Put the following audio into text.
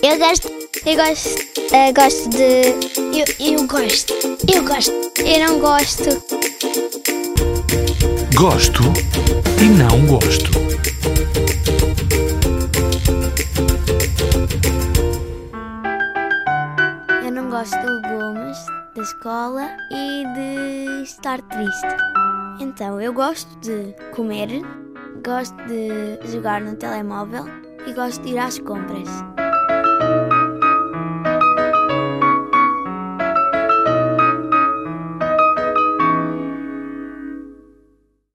Eu gosto de. Eu gosto. Eu não gosto. Gosto e não gosto. Eu não gosto de legumes, da escola e de estar triste. Então, eu gosto de comer, gosto de jogar no telemóvel e gosto de ir às compras.